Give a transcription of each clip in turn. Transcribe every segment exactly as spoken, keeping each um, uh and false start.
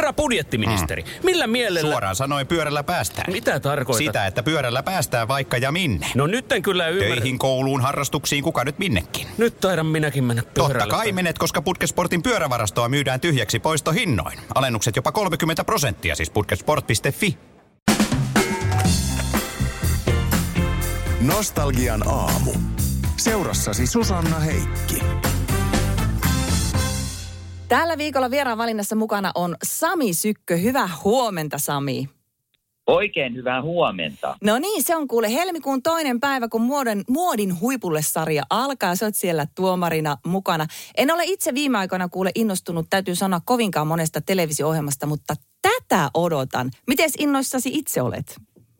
Herra budjettiministeri, mm. millä mielellä... Suoraan sanoen pyörällä päästään. Mitä tarkoitat? Sitä, että pyörällä päästään vaikka ja minne. No nyt en kyllä ymmärrä. Töihin, kouluun, harrastuksiin, kuka nyt minnekin. Nyt taidan minäkin mennä pyörällä. Totta kai menet, koska Putkesportin pyörävarastoa myydään tyhjäksi poistohinnoin. Alennukset jopa kolmekymmentä prosenttia, siis putkesport piste fi. Nostalgian aamu. Seurassasi Susanna Heikki. Tällä viikolla vieraan valinnassa mukana on Sami Sykkö. Hyvää huomenta, Sami. Oikein hyvää huomenta. No niin, se on kuule helmikuun toinen päivä, kun muodin, muodin huipulle-sarja alkaa. Sä oot siellä tuomarina mukana. En ole itse viime aikoina kuule innostunut, täytyy sanoa, kovinkaan monesta televisio-ohjelmasta, mutta tätä odotan. Mites innoissasi itse olet?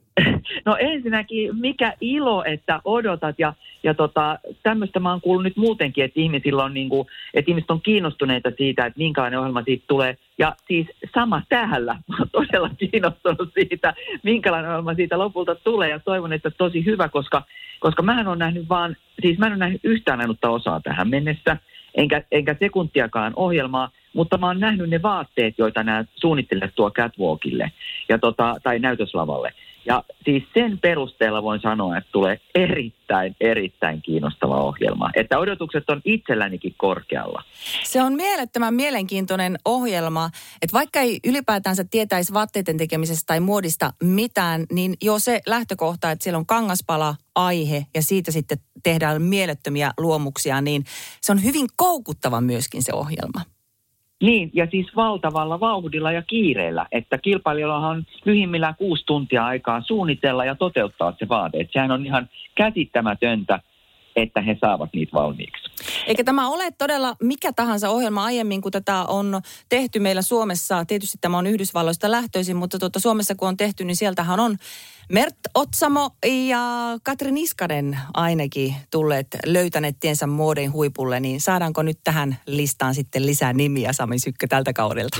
No ensinnäkin, mikä ilo, että odotat ja, ja tota, tämmöistä mä oon kuullut nyt muutenkin, että ihmisillä on niinku, että ihmiset on kiinnostuneita siitä, että minkälainen ohjelma siitä tulee. Ja siis sama täällä, mä oon todella kiinnostunut siitä, minkälainen ohjelma siitä lopulta tulee ja toivon, että tosi hyvä, koska, koska mähän on nähnyt vaan, siis mä en ole nähnyt yhtään ainutta osaa tähän mennessä, enkä, enkä sekuntiakaan ohjelmaa, mutta mä oon nähnyt ne vaatteet, joita nämä suunnittelijat tuo catwalkille ja tota, tai näytöslavalle. Ja siis sen perusteella voin sanoa, että tulee erittäin, erittäin kiinnostava ohjelma. Että odotukset on itsellänikin korkealla. Se on mielettömän mielenkiintoinen ohjelma, että vaikka ei ylipäätänsä tietäisi vaatteiden tekemisestä tai muodista mitään, niin jo se lähtökohta, että siellä on kangaspala, aihe ja siitä sitten tehdään mielettömiä luomuksia, niin se on hyvin koukuttava myöskin se ohjelma. Niin, ja siis valtavalla vauhdilla ja kiireellä, että kilpailijoilla on lyhimmillään kuusi tuntia aikaa suunnitella ja toteuttaa se vaate. Että sehän on ihan käsittämätöntä, että he saavat niitä valmiiksi. Eikä tämä ole todella mikä tahansa ohjelma aiemmin, kun tätä on tehty meillä Suomessa. Tietysti tämä on Yhdysvalloista lähtöisin, mutta tuota Suomessa kun on tehty, niin sieltähän on Mert Otsamo ja Katri Niskanen ainakin tulleet löytäneet tiensä muodin huipulle. Niin saadaanko nyt tähän listaan sitten lisää nimiä, Sami Sykkö, tältä kaudelta?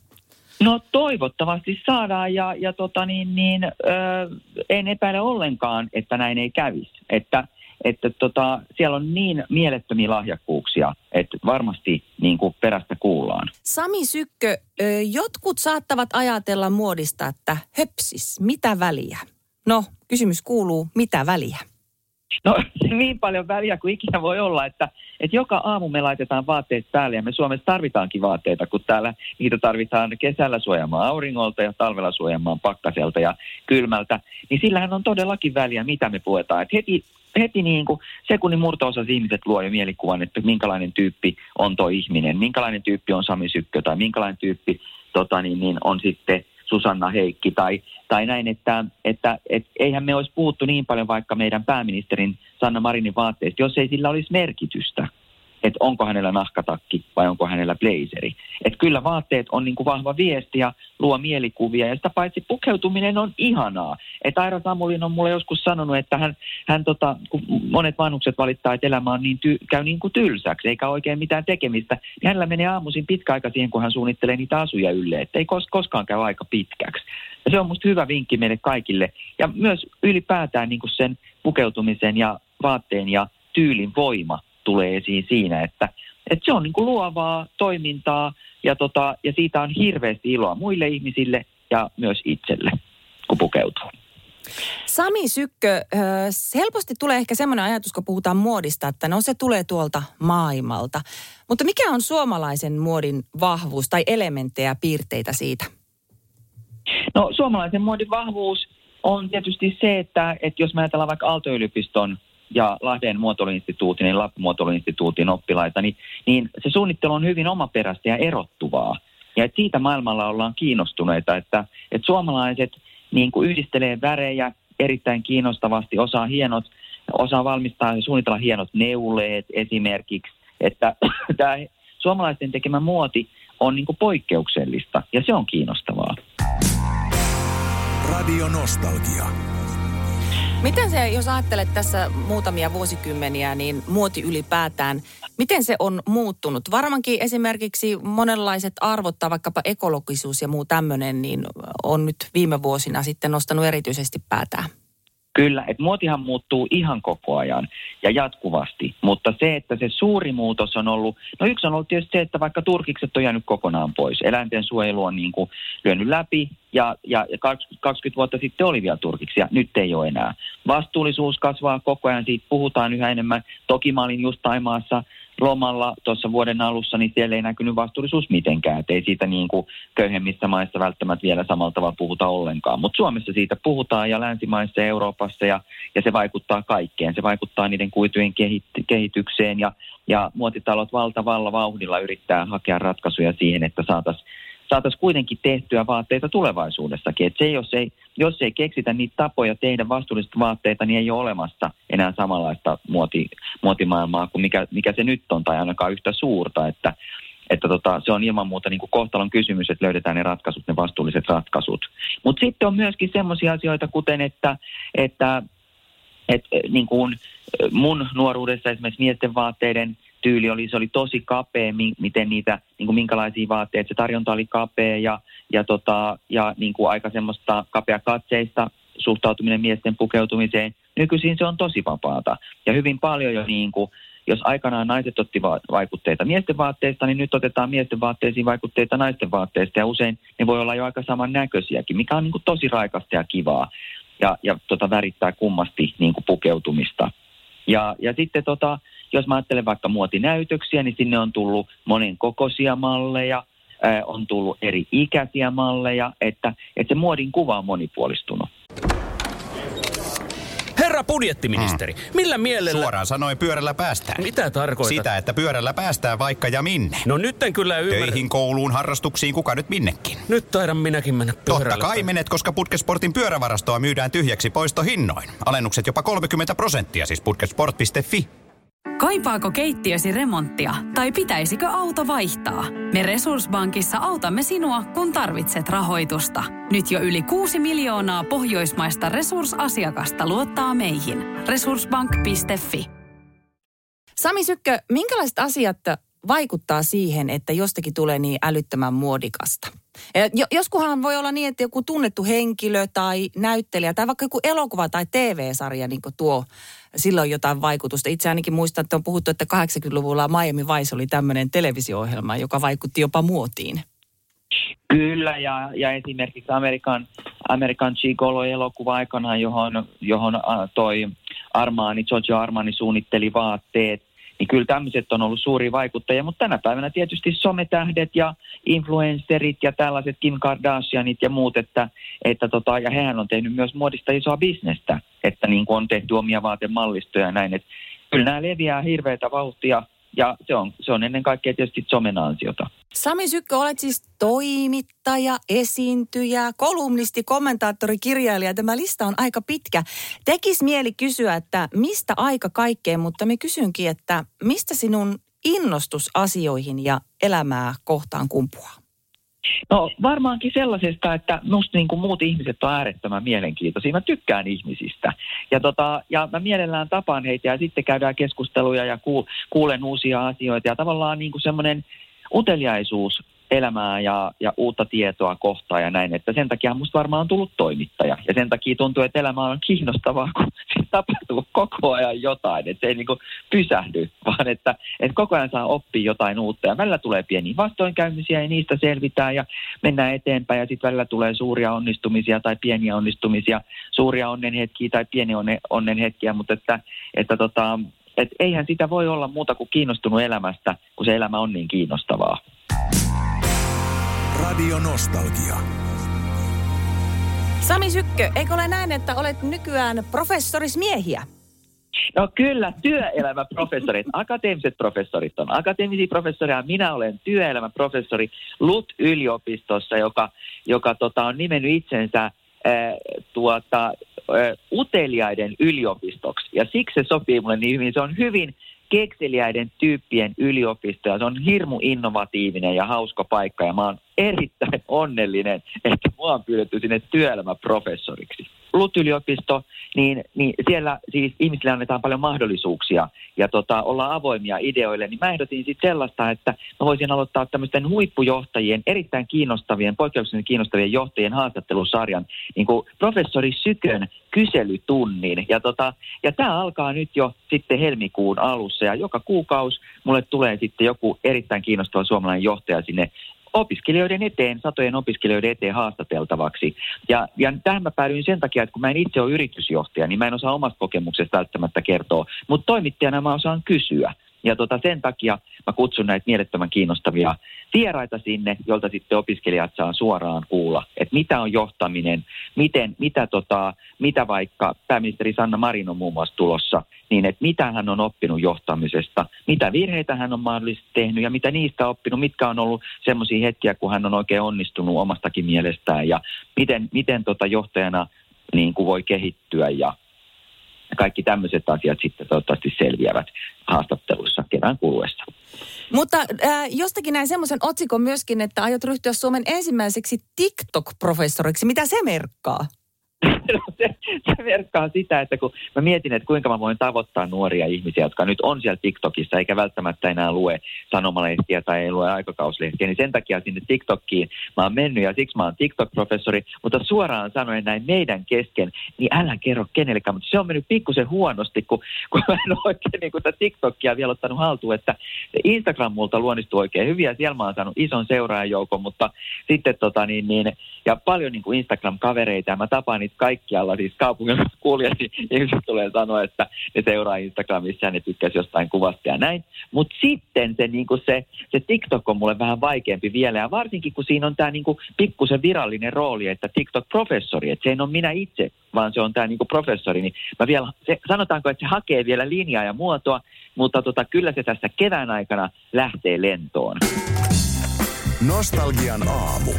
No toivottavasti saadaan ja, ja tota niin, niin, ö, en epäile ollenkaan, että näin ei kävisi. Että Että tota, siellä on niin mielettömiä lahjakkuuksia, että varmasti niin kuin perästä kuullaan. Sami Sykkö, jotkut saattavat ajatella muodista, että höpsis, mitä väliä? No, kysymys kuuluu, mitä väliä? No niin paljon väliä kuin ikinä voi olla, että, että joka aamu me laitetaan vaatteet päälle ja me Suomessa tarvitaankin vaatteita, kun täällä niitä tarvitaan kesällä suojaamaan auringolta ja talvella suojaamaan pakkaselta ja kylmältä. Niin sillähän on todellakin väliä, mitä me puetaan. Että heti heti niin kuin sekunnin murto-osassa ihmiset luo jo mielikuvan, että minkälainen tyyppi on tuo ihminen, minkälainen tyyppi on Sami Sykkö tai minkälainen tyyppi tota, niin, niin on sitten Susanna Heikki tai, tai näin, että, että et, eihän me olisi puhuttu niin paljon vaikka meidän pääministerin Sanna Marinin vaatteista, jos ei sillä olisi merkitystä, että onko hänellä nahkatakki vai onko hänellä blazeri. Että kyllä vaatteet on niin kuin vahva viesti ja luo mielikuvia ja sitä paitsi pukeutuminen on ihanaa. Että Aira Samulin on mulle joskus sanonut, että hän, hän tota, kun monet vanhukset valittaa, että elämä on niin ty, käy niin kuin tylsäksi eikä oikein mitään tekemistä, niin hänellä menee aamuisin pitkä aika siihen, kun hän suunnittelee niitä asuja ylle, että ei kos, koskaan käy aika pitkäksi. Ja se on musta hyvä vinkki meille kaikille ja myös ylipäätään niin kuin sen pukeutumisen ja vaatteen ja tyylin voima tulee esiin siinä, että, että se on niin kuin luovaa toimintaa ja, tota, ja siitä on hirveästi iloa muille ihmisille ja myös itselle, kun pukeutuu. Sami Sykkö, helposti tulee ehkä semmoinen ajatus, kun puhutaan muodista, että no se tulee tuolta maailmalta. Mutta mikä on suomalaisen muodin vahvuus tai elementtejä ja piirteitä siitä? No suomalaisen muodin vahvuus on tietysti se, että, että jos me ajatellaan vaikka Aalto-yliopiston ja Lahden muotoiluinstituutin ja Lappi-muotoiluinstituutin oppilaita, niin, niin se suunnittelu on hyvin omaperäistä ja erottuvaa. Ja että siitä maailmalla ollaan kiinnostuneita, että, että suomalaiset niin kuin yhdistelee värejä erittäin kiinnostavasti, osaa hienot, osaa valmistaa ja suunnitella hienot neuleet esimerkiksi, että tämä suomalaisten tekemä muoti on niin kuin poikkeuksellista ja se on kiinnostavaa. Radio Nostalgia. Miten se, jos ajattelet tässä muutamia vuosikymmeniä, niin muoti ylipäätään, miten se on muuttunut? Varmaankin esimerkiksi monenlaiset arvot tai vaikkapa ekologisuus ja muu tämmöinen, niin on nyt viime vuosina sitten nostanut erityisesti päätään. Kyllä, että muotihan muuttuu ihan koko ajan ja jatkuvasti, mutta se, että se suuri muutos on ollut, no yksi on ollut tietysti se, että vaikka turkikset on jäänyt kokonaan pois, eläinten suojelu on niin kuin lyönyt läpi ja, ja kaksikymmentä vuotta sitten oli vielä turkiksia, nyt ei ole enää. Vastuullisuus kasvaa koko ajan, siitä puhutaan yhä enemmän. Toki mä olin just Thaimaassa lomalla tuossa vuoden alussa, niin siellä ei näkynyt vastuullisuus mitenkään. Et ei siitä niin kuin köyhemmissä maissa välttämättä vielä samalla tavalla puhuta ollenkaan. Mutta Suomessa siitä puhutaan ja länsimaissa ja Euroopassa ja, ja se vaikuttaa kaikkeen. Se vaikuttaa niiden kuitujen kehit, kehitykseen ja, ja muotitalot valtavalla vauhdilla yrittää hakea ratkaisuja siihen, että saataisiin saataisiin kuitenkin tehtyä vaatteita tulevaisuudessakin. Että se, jos ei, jos ei keksitä niitä tapoja tehdä vastuullista vaatteita, niin ei ole olemassa enää samanlaista muoti, muotimaailmaa kuin mikä, mikä se nyt on, tai ainakaan yhtä suurta. Että, että tota, se on ilman muuta niin kuin kohtalon kysymys, että löydetään ne ratkaisut, ne vastuulliset ratkaisut. Mutta sitten on myöskin semmoisia asioita, kuten että, että, että niin kuin mun nuoruudessa esimerkiksi miesten vaatteiden tyyli oli, se oli tosi kapea, miten niitä, niin kuin minkälaisia vaatteita, se tarjonta oli kapea ja, ja, tota, ja niin kuin aika semmoista kapea katseista suhtautuminen miesten pukeutumiseen. Nykyisin se on tosi vapaata ja hyvin paljon jo niin kuin, jos aikanaan naiset otti va- vaikutteita miesten vaatteista, niin nyt otetaan miesten vaatteisiin vaikutteita naisten vaatteista ja usein ne voi olla jo aika samannäköisiäkin, mikä on niin kuin tosi raikasta ja kivaa ja, ja tota, värittää kummasti niin kuin pukeutumista. Ja, ja sitten tota, jos mä ajattelen vaikka muotinäytöksiä, niin sinne on tullut monen kokoisia malleja, ää, on tullut eri ikäisiä malleja, että, että se muodin kuva on monipuolistunut. Herra budjettiministeri, hmm. millä mielellä... Suoraan sanoen pyörällä päästään. Mitä tarkoitat? Sitä, että pyörällä päästään vaikka ja minne. No nyt en kyllä ymmärrä. Töihin, kouluun, harrastuksiin, kuka nyt minnekin. Nyt taidan minäkin mennä pyörällä. Totta kai menet, koska Putkesportin pyörävarastoa myydään tyhjäksi poistohinnoin. Alennukset jopa kolmekymmentä prosenttia, siis putkesport piste fi. Kaipaako keittiösi remonttia tai pitäisikö auto vaihtaa? Me Resurssbankissa autamme sinua, kun tarvitset rahoitusta. Nyt jo yli kuusi miljoonaa pohjoismaista resursasiakasta luottaa meihin. resurssbank piste fi. Sami Sykkö, minkälaiset asiat vaikuttaa siihen, että jostakin tulee niin älyttömän muodikasta? Joskuhan voi olla niin, että joku tunnettu henkilö tai näyttelijä tai vaikka joku elokuva tai T V-sarja niin tuo silloin jotain vaikutusta. Itse ainakin muistan, että on puhuttu, että kahdeksankymmentäluvulla Miami Vice oli tämmöinen televisio-ohjelma, joka vaikutti jopa muotiin. Kyllä, ja, ja esimerkiksi Amerikan, Amerikan Gigolo-elokuva aikanaan, johon, johon toi Armani, Giorgio Armani suunnitteli vaatteet, niin kyllä tämmöiset on ollut suuria vaikuttajia, mutta tänä päivänä tietysti sometähdet ja influencerit ja tällaiset Kim Kardashianit ja muut, että, että tota, ja hehän on tehnyt myös muodista isoa bisnestä, että niin kuin on tehty omia vaatemallistoja ja näin, että kyllä nämä leviää hirveätä vauhtia ja se on, se on ennen kaikkea tietysti somen ansiota. Sami Sykkö, olet siis toimittaja, esiintyjä, kolumnisti, kommentaattori, kirjailija. Tämä lista on aika pitkä. Tekis mieli kysyä, että mistä aika kaikkeen, mutta me kysynkin, että mistä sinun innostus asioihin ja elämää kohtaan kumpuaa? No varmaankin sellaisesta, että musta niin kuin muut ihmiset on äärettömän mielenkiintoisia. Mä tykkään ihmisistä ja, tota, ja mä mielellään tapaan heitä ja sitten käydään keskusteluja ja kuulen uusia asioita ja tavallaan niin kuin semmoinen uteliaisuus elämää ja, ja uutta tietoa kohtaan ja näin, että sen takia musta varmaan on tullut toimittaja. Ja sen takia tuntuu, että elämä on kiinnostavaa, kun se tapahtuu koko ajan jotain, että se ei niin kuin pysähdy, vaan että, että koko ajan saa oppia jotain uutta. Ja välillä tulee pieniä vastoinkäymisiä ja niistä selvitään ja mennään eteenpäin ja sitten välillä tulee suuria onnistumisia tai pieniä onnistumisia, suuria onnenhetkiä tai pieniä onne, onnenhetkiä, mutta että, että tota, et eihän sitä voi olla muuta kuin kiinnostunut elämästä, kun se elämä on niin kiinnostavaa. Radio Nostalgia. Sami Sykkö, eikö ole näin, että olet nykyään professorismiehiä? No kyllä, työelämäprofessorit, akateemiset professorit on akateemisia professoreja. Minä olen työelämäprofessori L U T-yliopistossa, joka, joka tota, on nimennyt itsensä ää, tuota, ää, uteliaiden yliopistoksi. Ja siksi se sopii mulle niin hyvin. Se on hyvin kekseliäiden tyyppien yliopisto ja se on hirmu innovatiivinen ja hauska paikka ja mä oon erittäin onnellinen, että mua on pyydetty sinne työelämäprofessoriksi. L U T-yliopisto, niin, niin siellä siis ihmisille annetaan paljon mahdollisuuksia ja tota, ollaan avoimia ideoille, niin mä ehdotin sitten sellaista, että mä voisin aloittaa tämmöisten huippujohtajien, erittäin kiinnostavien, poikkeuksellisen kiinnostavien johtajien haastattelusarjan, niin kuin professori Sykön kyselytunnin. Ja, tota, ja tämä alkaa nyt jo sitten helmikuun alussa ja joka kuukausi mulle tulee sitten joku erittäin kiinnostava suomalainen johtaja sinne opiskelijoiden eteen, satojen opiskelijoiden eteen haastateltavaksi. Ja, ja tähän mä päädyin sen takia, että kun mä en itse ole yritysjohtaja, niin mä en osaa omasta kokemuksesta välttämättä kertoa, mutta toimittajana mä osaan kysyä. Ja tota, sen takia mä kutsun näitä mielettömän kiinnostavia vieraita sinne, jolta sitten opiskelijat saa suoraan kuulla, että mitä on johtaminen, miten, mitä, tota, mitä vaikka pääministeri Sanna Marin on muun muassa tulossa, niin että mitä hän on oppinut johtamisesta, mitä virheitä hän on mahdollisesti tehnyt ja mitä niistä on oppinut, mitkä on ollut semmoisia hetkiä, kun hän on oikein onnistunut omastakin mielestään ja miten, miten tota johtajana niin kuin voi kehittyä ja kaikki tämmöiset asiat sitten toivottavasti selviävät haastattelussa kevään kuluessa. Mutta äh, jostakin näin semmoisen otsikon myöskin, että aiot ryhtyä Suomen ensimmäiseksi TikTok-professoriksi. Mitä se merkkaa? No se, se merkkaa sitä, että kun mä mietin, että kuinka mä voin tavoittaa nuoria ihmisiä, jotka nyt on siellä TikTokissa, eikä välttämättä enää lue sanomalehtiä tai ei lue aikakauslehtiä, niin sen takia sinne TikTokiin mä oon mennyt ja siksi mä oon TikTok-professori, mutta suoraan sanoen näin meidän kesken, niin älä kerro kenellekään, mutta se on mennyt pikkusen huonosti, kun, kun mä en oikein niin kuin tätä TikTokia vielä ottanut haltuun, että Instagram multa luonnistuu oikein hyvin ja siellä mä oon saanut ison seuraajajoukon, mutta sitten tota niin, niin ja paljon niin kuin Instagram-kavereita ja mä tapaan niitä kaikkialla, siis kaupungilla kuulijat, niin ihmiset tulee sanoa, että ne seuraa Instagramissa ja ne tykkäisi jostain kuvasta ja näin. Mutta sitten se, niin se, se TikTok on mulle vähän vaikeampi vielä ja varsinkin kun siinä on tämä niin pikkusen virallinen rooli, että TikTok-professori, että se ei ole minä itse, vaan se on tämä niin professori, niin mä vielä, se, sanotaanko, että se hakee vielä linjaa ja muotoa, mutta tota, kyllä se tässä kevään aikana lähtee lentoon. Nostalgian aamu.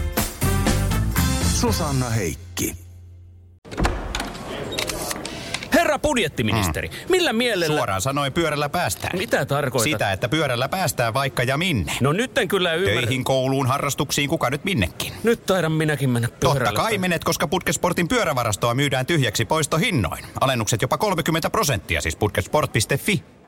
Susanna Heikki. Herra budjettiministeri, mm. millä mielellä... Suoraan sanoen pyörällä päästään. Mitä tarkoitat? Sitä, että pyörällä päästään vaikka ja minne. No nyt en kyllä ymmärrä. Töihin, kouluun, harrastuksiin, kuka nyt minnekin. Nyt taidan minäkin mennä pyörällä. Totta kai menet, koska Putkesportin pyörävarastoa myydään tyhjäksi poistohinnoin. Alennukset jopa kolmekymmentä prosenttia, siis putkesport piste fi.